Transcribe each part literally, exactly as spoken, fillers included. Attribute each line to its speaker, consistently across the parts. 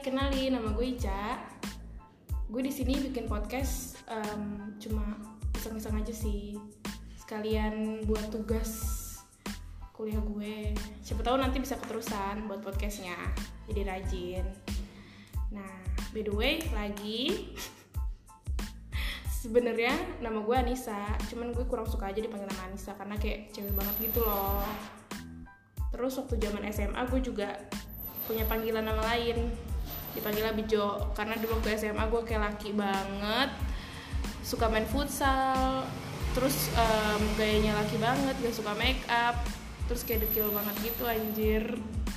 Speaker 1: kenalin, nama gue Ica. Gue di sini bikin podcast um, cuma iseng-iseng aja sih, sekalian buat tugas kuliah gue. Siapa tahu nanti bisa keterusan buat podcastnya, jadi rajin. Nah, by the way lagi, sebenarnya nama gue Anissa, cuman gue kurang suka aja dipanggil nama Anissa karena kayak cewek banget gitu loh. Terus waktu zaman S M A gue juga punya panggilan nama lain, dipanggilnya Bejo, karena dulu waktu S M A gue kayak laki banget, suka main futsal, terus um, gayanya laki banget, gak suka make up, terus kayak dekil banget gitu anjir,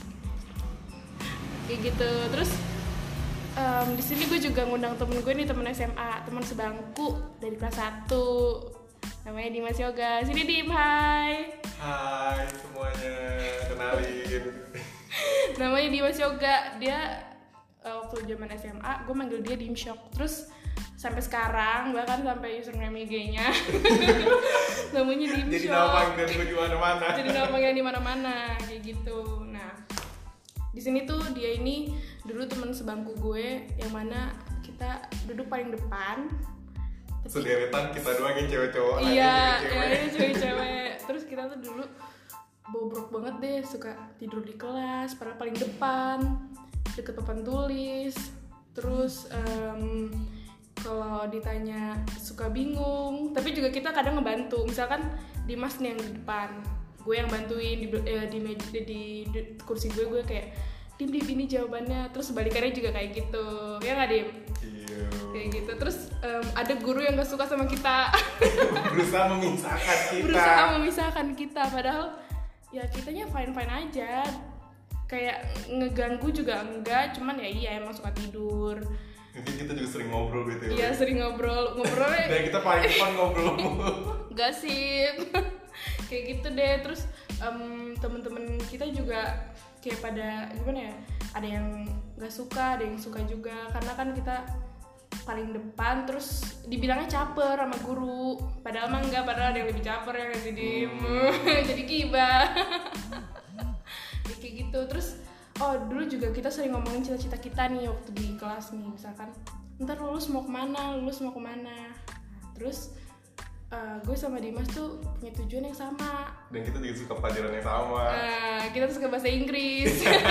Speaker 1: kayak gitu. Terus um, di sini gue juga ngundang temen gue nih, temen S M A, temen sebangku dari kelas satu, namanya Dimas Yoga. Sini Dim, hai.
Speaker 2: Hai semuanya, kenalin.
Speaker 1: Namanya Dimas Yoga. Dia uh, waktu zaman S M A gue manggil dia Dim Shock. Terus sampai sekarang, bahkan sampai username I G-nya namanya Dim Shock.
Speaker 2: Jadi nama panggilan gue di mana-mana.
Speaker 1: Jadi nama panggilan di mana-mana kayak gitu. Nah, di sini tuh dia ini dulu teman sebangku gue, yang mana kita duduk paling depan. Tapi,
Speaker 2: sederetan kita doang yang cewek-cewek.
Speaker 1: Iya, ya, cewek-cewek. Terus kita tuh dulu bobrok banget deh, suka tidur di kelas, padahal paling depan, deket papan tulis. Terus um, kalau ditanya suka bingung, tapi juga kita kadang ngebantu. Misalkan Dimas nih yang di depan, gue yang bantuin di eh, di, di, di, di kursi gue, gue kayak Dim, Dim ini jawabannya. Terus balikannya juga kayak gitu, ya nggak Dim?
Speaker 2: Iya.
Speaker 1: Kayak gitu. Terus um, ada guru yang gak suka sama kita.
Speaker 2: Berusaha memisahkan kita.
Speaker 1: Berusaha memisahkan kita, padahal ya kitanya fine-fine aja, kayak ngeganggu juga enggak, cuman ya iya emang suka tidur.
Speaker 2: Mungkin kita juga sering ngobrol gitu ya.
Speaker 1: Iya, sering ngobrol, ngobrolnya.
Speaker 2: Dan kita paling fun ngobrol.
Speaker 1: Gosip. Kayak gitu deh. Terus um, temen-temen kita juga kayak pada gimana ya? Ada yang nggak suka, ada yang suka juga, karena kan kita paling depan, terus dibilangnya caper sama guru, padahal mah enggak, padahal ada yang lebih caper ya kan, jadi hmm. jadi gibah. Kayak gitu. Terus oh dulu juga kita sering ngomongin cita-cita kita nih waktu di kelas nih, misalkan ntar lulus mau kemana, lulus mau kemana. Terus uh, gue sama Dimas tuh punya tujuan yang sama,
Speaker 2: dan kita juga suka pelajaran yang sama.
Speaker 1: uh, kita tuh suka bahasa Inggris.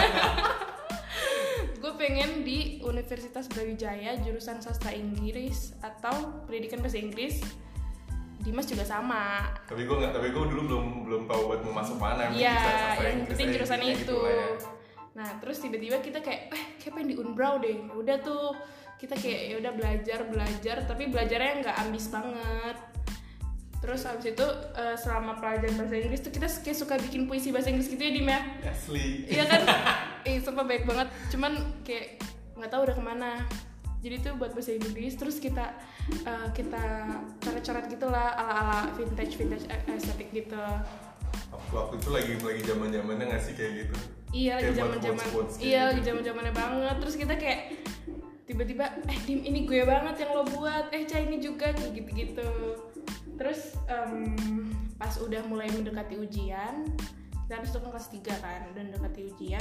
Speaker 1: Gue pengen di Universitas Brawijaya jurusan sastra Inggris atau pendidikan bahasa Inggris. Dimas juga sama.
Speaker 2: Tapi gue nggak, tapi gue dulu belum belum tahu buat mau masuk mana.
Speaker 1: Iya, yang penting jurusan itu. Gitu ya. Nah, terus tiba-tiba kita kayak, eh, kayak pengen di Unbrau deh. Udah tuh, kita kayak ya udah belajar belajar, tapi belajarnya nggak ambis banget. Terus abis itu uh, selama pelajaran bahasa Inggris tuh kita kayak suka bikin puisi bahasa Inggris gitu ya, Dim ya?
Speaker 2: Asli.
Speaker 1: Iya kan? Eh, sumpah baik banget. Cuman kayak nggak tahu udah kemana. Jadi tuh buat bahasa Inggris, terus kita uh, kita coret-coret gitulah ala-ala vintage vintage estetik gitu.
Speaker 2: Waktu itu lagi lagi zaman-zamannya nggak sih kayak gitu?
Speaker 1: Iya, lagi zaman-zaman. Iya, lagi
Speaker 2: gitu.
Speaker 1: zaman-zamannya banget. Terus kita kayak tiba-tiba, eh Dim ini gue banget yang lo buat. Eh Ca ini juga kayak gitu-gitu. Terus um, pas udah mulai mendekati ujian, kita habis itu kan kelas tiga kan, udah mendekati ujian,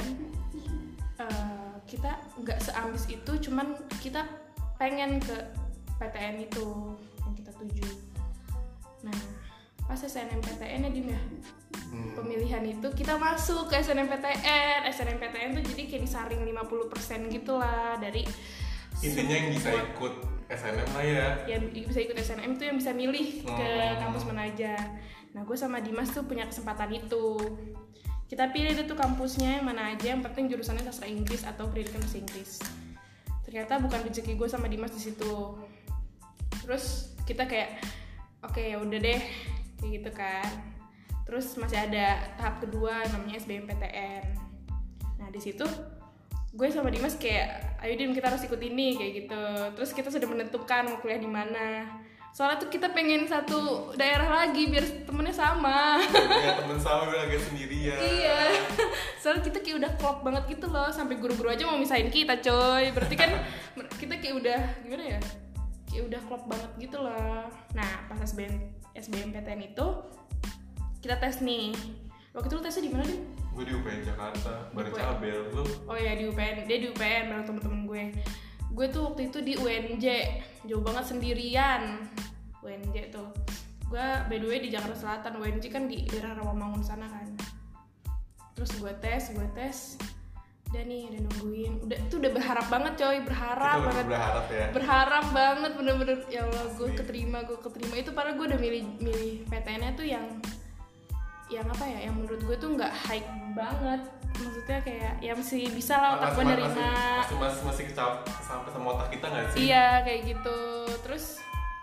Speaker 1: uh, kita nggak seambis itu, cuman kita pengen ke P T N itu yang kita tuju. Nah, pas S N M P T N ya Dim ya, hmm. pemilihan itu kita masuk ke S N M P T N. S N M P T N tuh jadi kayak disaring lima puluh persen gitu lah dari
Speaker 2: intinya yang bisa ikut S N M lah ya.
Speaker 1: Yang bisa ikut S N M tuh yang bisa milih ke hmm. kampus mana aja. Nah, gue sama Dimas tuh punya kesempatan itu. Kita pilih deh tuh kampusnya yang mana aja, yang penting jurusannya sastra Inggris atau pendidikan bahasa Inggris. Ternyata bukan rezeki gue sama Dimas di situ. Terus kita kayak oke okay, ya udah deh kayak gitu kan. Terus masih ada tahap kedua namanya S B M P T N. Nah, di situ gue sama Dimas kayak ayo Dim kita harus ikut ini kayak gitu. Terus kita sudah menentukan mau kuliah di mana. Soalnya tuh kita pengen satu daerah lagi biar temennya sama.
Speaker 2: Ya temen sama biar agak sendirian.
Speaker 1: Iya. Soalnya kita kayak udah klop banget gitu loh, sampai guru-guru aja mau misahin kita coy. Berarti kan kita kayak udah gimana ya? Kayak udah klop banget gitu loh. Nah pas S B M P T N itu kita tes nih. Waktu itu lu tesnya di mana deh?
Speaker 2: Gue di U P N Jakarta, bareng
Speaker 1: U P N.
Speaker 2: Cabel. Lu?
Speaker 1: Oh ya di U P N, dia di U P N bareng temen-temen gue. Gue tuh waktu itu di U N J, jauh banget sendirian. U N J tuh. Gue by the way di Jakarta Selatan, U N J kan di daerah Rawamangun sana kan. Terus gue tes, gue tes. Udah nih, udah nungguin. Udah tuh udah berharap banget coy, berharap
Speaker 2: Kita
Speaker 1: banget.
Speaker 2: berharap ya.
Speaker 1: Berharap banget bener-bener ya Allah gue keterima, gue keterima. Itu padahal gue udah milih milih P T N-nya tuh yang yang apa ya, yang menurut gue tuh nggak high banget, maksudnya kayak ya masih bisa lah otak gue nerima,
Speaker 2: masih masih masih kecap sampai sama otak kita nggak sih?
Speaker 1: iya kayak gitu. Terus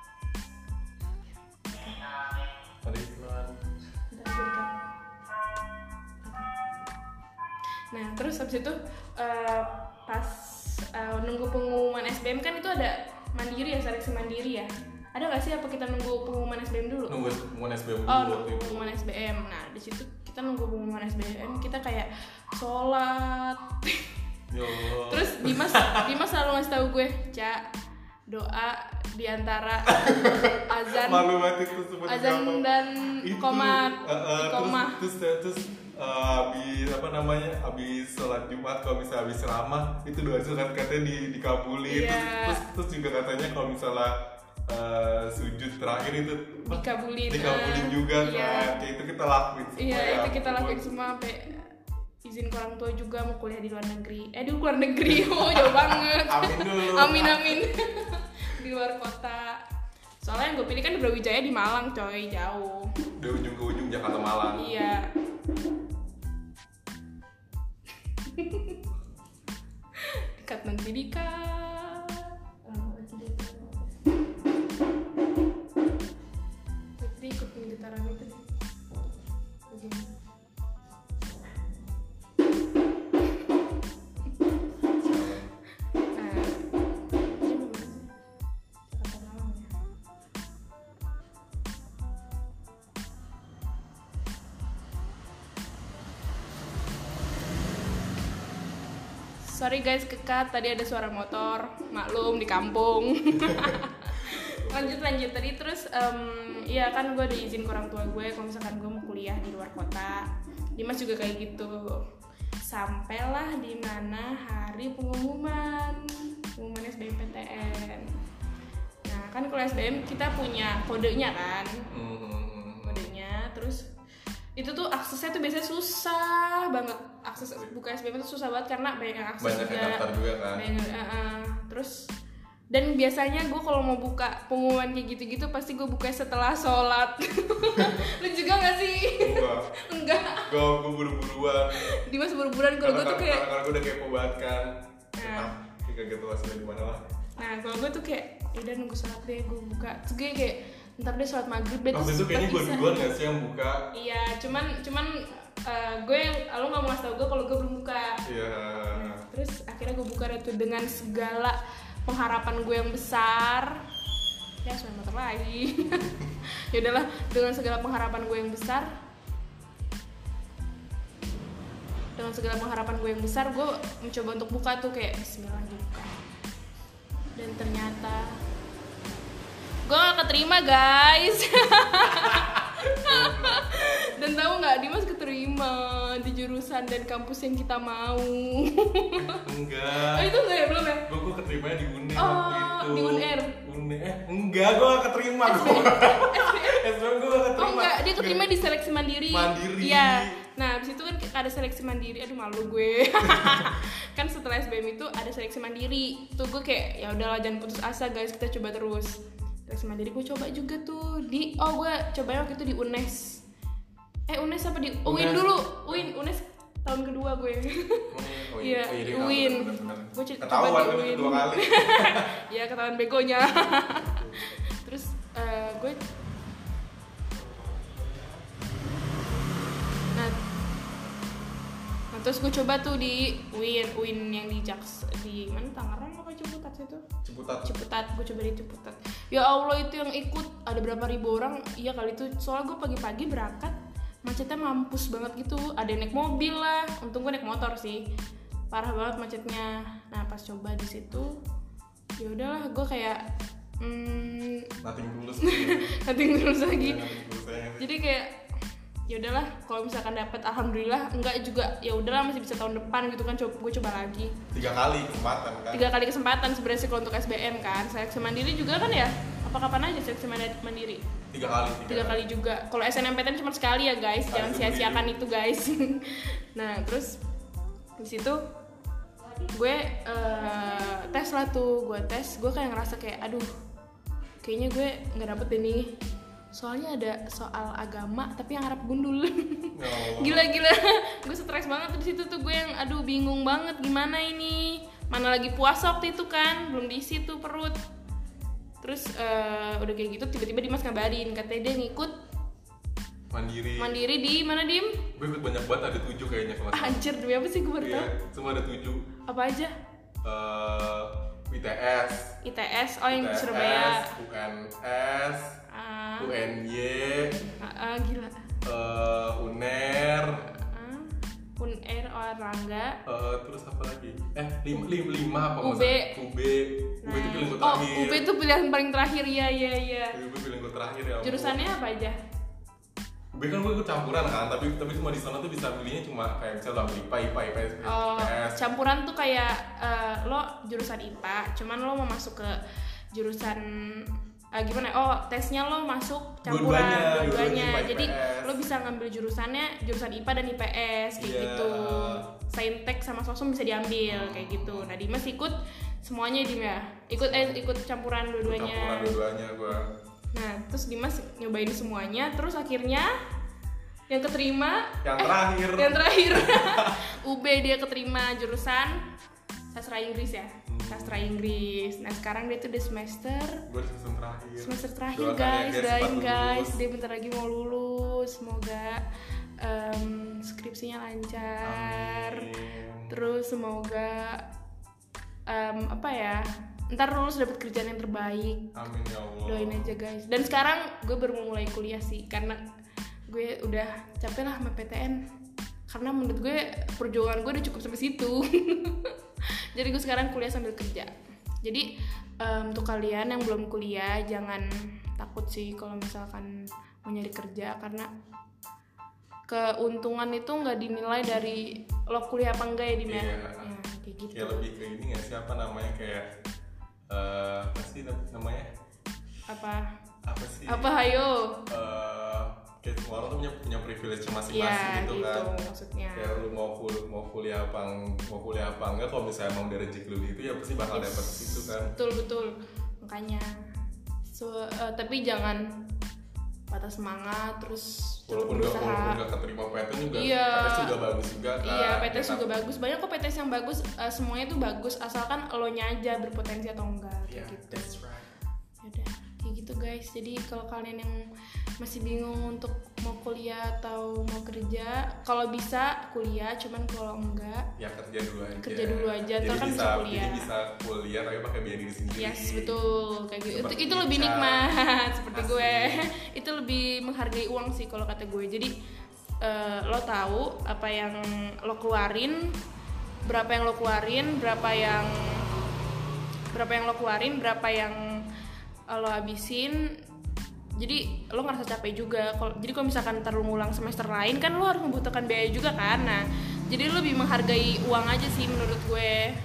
Speaker 2: tadi gimana?
Speaker 1: Nah terus habis itu uh, pas uh, nunggu pengumuman S B M kan itu ada mandiri ya, seleksi mandiri ya. Ada nggak sih apa kita nunggu pengumuman S B M dulu?
Speaker 2: Nunggu pengumuman S B M dulu.
Speaker 1: Oh,
Speaker 2: waktu
Speaker 1: nunggu
Speaker 2: itu.
Speaker 1: pengumuman S B M. Nah, di situ kita nunggu pengumuman S B M, kita kayak sholat.
Speaker 2: Ya Allah.
Speaker 1: Terus Dimas Dimas selalu ngasih tahu gue, "Ca, doa di antara azan
Speaker 2: Malu banget itu sebut
Speaker 1: azan
Speaker 2: apa.
Speaker 1: dan
Speaker 2: Itu,
Speaker 1: komat,
Speaker 2: uh, uh,
Speaker 1: iqomah."
Speaker 2: Terus terus, terus uh, habis apa namanya? Habis sholat Jumat kalau misalnya habis ceramah itu doa itu kan katanya di dikabulin.
Speaker 1: Iya.
Speaker 2: Terus, terus terus juga katanya kalau misalnya uh, sujud terakhir itu apa?
Speaker 1: Dikabulin.
Speaker 2: Dikabulin
Speaker 1: uh,
Speaker 2: juga
Speaker 1: iya.
Speaker 2: kan. Kayak itu kita lakuin semua.
Speaker 1: Iya,
Speaker 2: ya
Speaker 1: itu kita
Speaker 2: ampun.
Speaker 1: lakuin semua sampai izin ke orang tua juga mau kuliah di luar negeri. Eh, di luar negeri. Oh, jauh banget.
Speaker 2: Amin dulu.
Speaker 1: Amin amin. Di luar kota. Soalnya yang gue pilih kan Brawijaya di Malang, coy, jauh.
Speaker 2: Dari ujung ke ujung Jakarta Malang.
Speaker 1: Iya. Dikat nanti dikat. Oh, lagi dikat. Putri ikut gitaran itu deh. Begini. Nah, ini mana sih? Jakarta Malang ya. Sorry guys, kekat tadi ada suara motor, maklum di kampung. lanjut lanjut tadi terus, um, iya kan gue udah izin ke orang tua gue kalau misalkan gue mau kuliah di luar kota. Dimas juga kayak gitu. Sampailah di mana hari pengumuman pengumuman S B M P T N. Nah kan kalau S B M kita punya kodenya kan,
Speaker 2: Hmm.
Speaker 1: kodenya. Terus itu tuh aksesnya tuh biasanya susah banget, akses buka S B M itu susah banget karena banyak yang akses
Speaker 2: Banyak
Speaker 1: juga,
Speaker 2: yang daftar juga kan.
Speaker 1: banyak, uh, uh. terus dan biasanya gue kalau mau buka pengumuman kayak gitu-gitu pasti gue buka setelah sholat. Lu juga nggak sih?
Speaker 2: Enggak.
Speaker 1: Enggak.
Speaker 2: Gue gue buru-buruan.
Speaker 1: Dimas buru-buruan kalau gue tuh kayak,
Speaker 2: karena gue udah kepo banget kan.
Speaker 1: Nah.
Speaker 2: Nah, jika gitu hasilnya di mana lah.
Speaker 1: nah kalau gue tuh kayak, ya udah nunggu sholat deh gue buka. Terus gue kayak ntar deh sholat maghrib deh.
Speaker 2: Waktu itu kayaknya gue
Speaker 1: bisa.
Speaker 2: duluan nggak sih yang buka?
Speaker 1: Iya, cuman cuman uh, gue yang lo nggak mau ngasih tau gue kalau gue belum buka.
Speaker 2: Iya.
Speaker 1: Terus akhirnya gue buka itu dengan segala pengharapan gue yang besar. Ya suara motor lagi. Ya udahlah, dengan segala pengharapan gue yang besar. Dengan segala pengharapan gue yang besar, gue mencoba untuk buka tuh kayak bismillah buka. Dan ternyata gue gak keterima guys. Dan tahu nggak, Dimas keterima di jurusan dan kampus yang kita mau.
Speaker 2: Enggak.
Speaker 1: Oh itu enggak ya, belum ya?
Speaker 2: Gue gue keterima di U N E
Speaker 1: Oh,
Speaker 2: waktu itu.
Speaker 1: di U N R.
Speaker 2: U N E. Eh, enggak, gue gak keterima. S B M gue gak keterima.
Speaker 1: Oh enggak, dia keterima di seleksi mandiri.
Speaker 2: Mandiri.
Speaker 1: Iya. Nah, habis itu kan ada seleksi mandiri. Aduh malu gue. Kan setelah S B M itu ada seleksi mandiri. Tuh gue kayak ya udahlah jangan putus asa guys, kita coba terus. Seleksi mandiri gue coba juga tuh di oh gue coba waktu itu di U N E S. Eh U N E S apa di U I N
Speaker 2: U N E S.
Speaker 1: dulu? U I N, U N E S tahun kedua gue.
Speaker 2: Oh
Speaker 1: Iya,
Speaker 2: iya,
Speaker 1: U I N. Gue c- coba
Speaker 2: Ketahuan
Speaker 1: di
Speaker 2: kan
Speaker 1: U I N.
Speaker 2: dua kali.
Speaker 1: Ya ketahuan begonya. Terus uh, gue nah, nah terus gue coba tuh di U I N, U I N yang di Jaks di mana Tangerang apa Ciputat itu?
Speaker 2: Ciputat.
Speaker 1: Ciputat, gue coba di Ciputat. Ya Allah itu yang ikut ada berapa ribu orang? Iya kali itu. Soalnya gue pagi-pagi berangkat macetnya mampus banget gitu. Ada yang naik mobil lah. Untung gue naik motor sih. Parah banget macetnya. Nah pas coba di situ, ya udahlah gue kayak hmm,
Speaker 2: Nothing tulus.
Speaker 1: nanti terus lagi.
Speaker 2: Nothing tulus aja.
Speaker 1: Jadi kayak ya udahlah kalau misalkan dapat alhamdulillah, enggak juga ya udahlah masih bisa tahun depan gitu kan, coba gue coba lagi.
Speaker 2: Tiga kali kesempatan kan?
Speaker 1: Tiga kali kesempatan sebenarnya kalau untuk S B M kan, seleksi mandiri juga kan ya? Apa kapan aja seleksi mandiri?
Speaker 2: Tiga kali.
Speaker 1: Tiga, tiga kali juga. Kalau S N M P T N cuma sekali ya guys, sekali jangan sia-siakan itu guys. Nah terus di situ gue uh, tes lah tuh, gue tes, gue kayak ngerasa kayak aduh kayaknya gue nggak dapet ini. Soalnya ada soal agama tapi yang Arab gundul. Oh. Gila-gila, gue stres banget di situ tuh, gue yang aduh bingung banget gimana ini, mana lagi puasa waktu itu kan, belum diisi tuh perut. Terus uh, udah kayak gitu tiba-tiba Dimas ngabarin katanya dia ngikut
Speaker 2: mandiri.
Speaker 1: Mandiri di mana Dim?
Speaker 2: Gue ikut banyak banget, ada tujuh kayaknya kelas.
Speaker 1: Anjir, demi apa sih gue baru
Speaker 2: iya,
Speaker 1: tahu?
Speaker 2: Cuma ada tujuh.
Speaker 1: Apa aja?
Speaker 2: Uh, I T S.
Speaker 1: I T S, oh yang di
Speaker 2: I T S,
Speaker 1: Surabaya.
Speaker 2: U N S.
Speaker 1: Uh,
Speaker 2: U N Y,
Speaker 1: uh, uh, gila.
Speaker 2: Uh, U N E R,
Speaker 1: uh, U N E R, Olahraga.
Speaker 2: Uh, terus apa lagi? Eh, lima, lima, lima apa
Speaker 1: U B.
Speaker 2: U B.
Speaker 1: Nah.
Speaker 2: U B itu pilihan gue
Speaker 1: oh,
Speaker 2: terakhir.
Speaker 1: U B itu pilihan paling terakhir, ya ya ya.
Speaker 2: U B pilihan gue terakhir ya.
Speaker 1: Jurusannya apa aja?
Speaker 2: U B kan gue ikut campuran kan, tapi tapi cuma di sana tuh bisa pilihnya cuma kayak misalnya I P A, I P A, I P S,
Speaker 1: oh,
Speaker 2: I P S.
Speaker 1: Campuran tuh kayak uh, lo jurusan I P A, cuman lo mau masuk ke jurusan uh, gimana? Oh, tesnya lo masuk campuran
Speaker 2: dua-duanya,
Speaker 1: dua-duanya.
Speaker 2: dua-duanya
Speaker 1: Jadi lo bisa ngambil jurusannya jurusan I P A dan I P S kayak
Speaker 2: yeah.
Speaker 1: gitu. Saintek sama sosum bisa diambil kayak gitu. Nah, Dimas ikut semuanya Dim ya. Ikut eh ikut campuran dua-duanya.
Speaker 2: Campuran dua-duanya gue.
Speaker 1: Nah, terus Dimas nyobain semuanya, terus akhirnya yang keterima
Speaker 2: yang
Speaker 1: eh,
Speaker 2: terakhir
Speaker 1: yang terakhir U B dia keterima jurusan sastra Inggris ya. Hmm. Sastra Inggris. Nah, sekarang dia tuh di semester
Speaker 2: gue di semester terakhir.
Speaker 1: Semester terakhir
Speaker 2: doakan
Speaker 1: guys,
Speaker 2: ya,
Speaker 1: doain guys,
Speaker 2: lulus.
Speaker 1: dia bentar lagi mau lulus. Semoga um, skripsinya lancar.
Speaker 2: Amin.
Speaker 1: Terus semoga um, apa ya? Ntar lulus dapet kerjaan yang terbaik.
Speaker 2: Amin ya Allah.
Speaker 1: Doain aja guys. Dan sekarang gue baru mulai kuliah sih, karena gue udah capek lah sama P T N. Karena menurut gue perjuangan gue udah cukup sampai situ. Jadi gue sekarang kuliah sambil kerja. Jadi um, untuk kalian yang belum kuliah jangan takut sih kalau misalkan mau nyari kerja, karena keuntungan itu nggak dinilai dari lo kuliah apa enggak ya Dim ya.
Speaker 2: Iya.
Speaker 1: Ya, kayak gitu.
Speaker 2: Ya lebih ke ini nggak sih, apa namanya, kayak uh, apa sih namanya?
Speaker 1: Apa?
Speaker 2: Apa sih?
Speaker 1: Apa hayo?
Speaker 2: Uh, kayak semua orang tuh punya punya privilege masing-masing
Speaker 1: ya,
Speaker 2: gitu,
Speaker 1: gitu
Speaker 2: kan.
Speaker 1: Maksudnya.
Speaker 2: Kayak lu mau kul mau kuliah apa mau kuliah apa enggak, kalau misalnya emang dari rezeki lu gitu ya pasti bakal
Speaker 1: yes.
Speaker 2: dapet situ kan.
Speaker 1: Betul betul. Makanya so, uh, tapi jangan patah semangat terus
Speaker 2: walaupun nggak walaupun nggak keterima P T S juga,
Speaker 1: iya,
Speaker 2: P T S juga bagus juga kan.
Speaker 1: Iya, P T S
Speaker 2: ya,
Speaker 1: juga kan? bagus. Banyak kok P T S yang bagus, uh, semuanya tuh bagus asalkan lo nya aja berpotensi atau enggak kayak
Speaker 2: yeah,
Speaker 1: gitu.
Speaker 2: That's right.
Speaker 1: Yaudah, kayak gitu guys. Jadi kalau kalian yang masih bingung untuk mau kuliah atau mau kerja, kalau bisa kuliah, cuman kalau enggak
Speaker 2: ya kerja dulu aja.
Speaker 1: Kerja dulu aja,
Speaker 2: jadi
Speaker 1: kan
Speaker 2: bisa,
Speaker 1: bisa kuliah.
Speaker 2: Jadi bisa kuliah tapi pakai biaya diri sendiri.
Speaker 1: Yes, betul. Kayak gitu. Itu, itu lebih
Speaker 2: Ica.
Speaker 1: nikmat seperti
Speaker 2: Asli.
Speaker 1: gue. Itu lebih menghargai uang sih kalau kata gue. Jadi uh, lo tahu apa yang lo keluarin, berapa yang lo keluarin, berapa yang berapa yang lo keluarin, berapa yang lo habisin. Jadi lo ngerasa capek juga. Kalo, jadi kalau misalkan ntar lo ngulang semester lain kan lo harus membutuhkan biaya juga kan. Nah, jadi lo lebih menghargai uang aja sih menurut gue.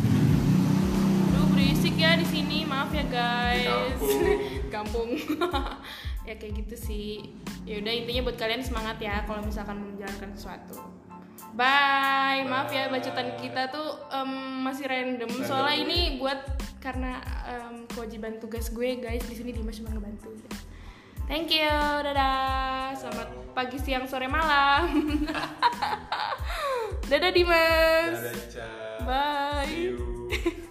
Speaker 1: Aduh berisik ya di sini, maaf ya guys. Kampung. Ya kayak gitu sih. Ya udah, intinya buat kalian semangat ya kalau misalkan menjalankan sesuatu. Bye. Maaf ya bacotan kita tuh um, masih random. Soalnya ini buat karena um, kewajiban tugas gue guys. Di sini Dimas cuma ngebantu. Thank you. Dadah. Selamat pagi, siang, sore, malam. Dadah Dimas.
Speaker 2: Dadah Ica.
Speaker 1: Bye.
Speaker 2: See you.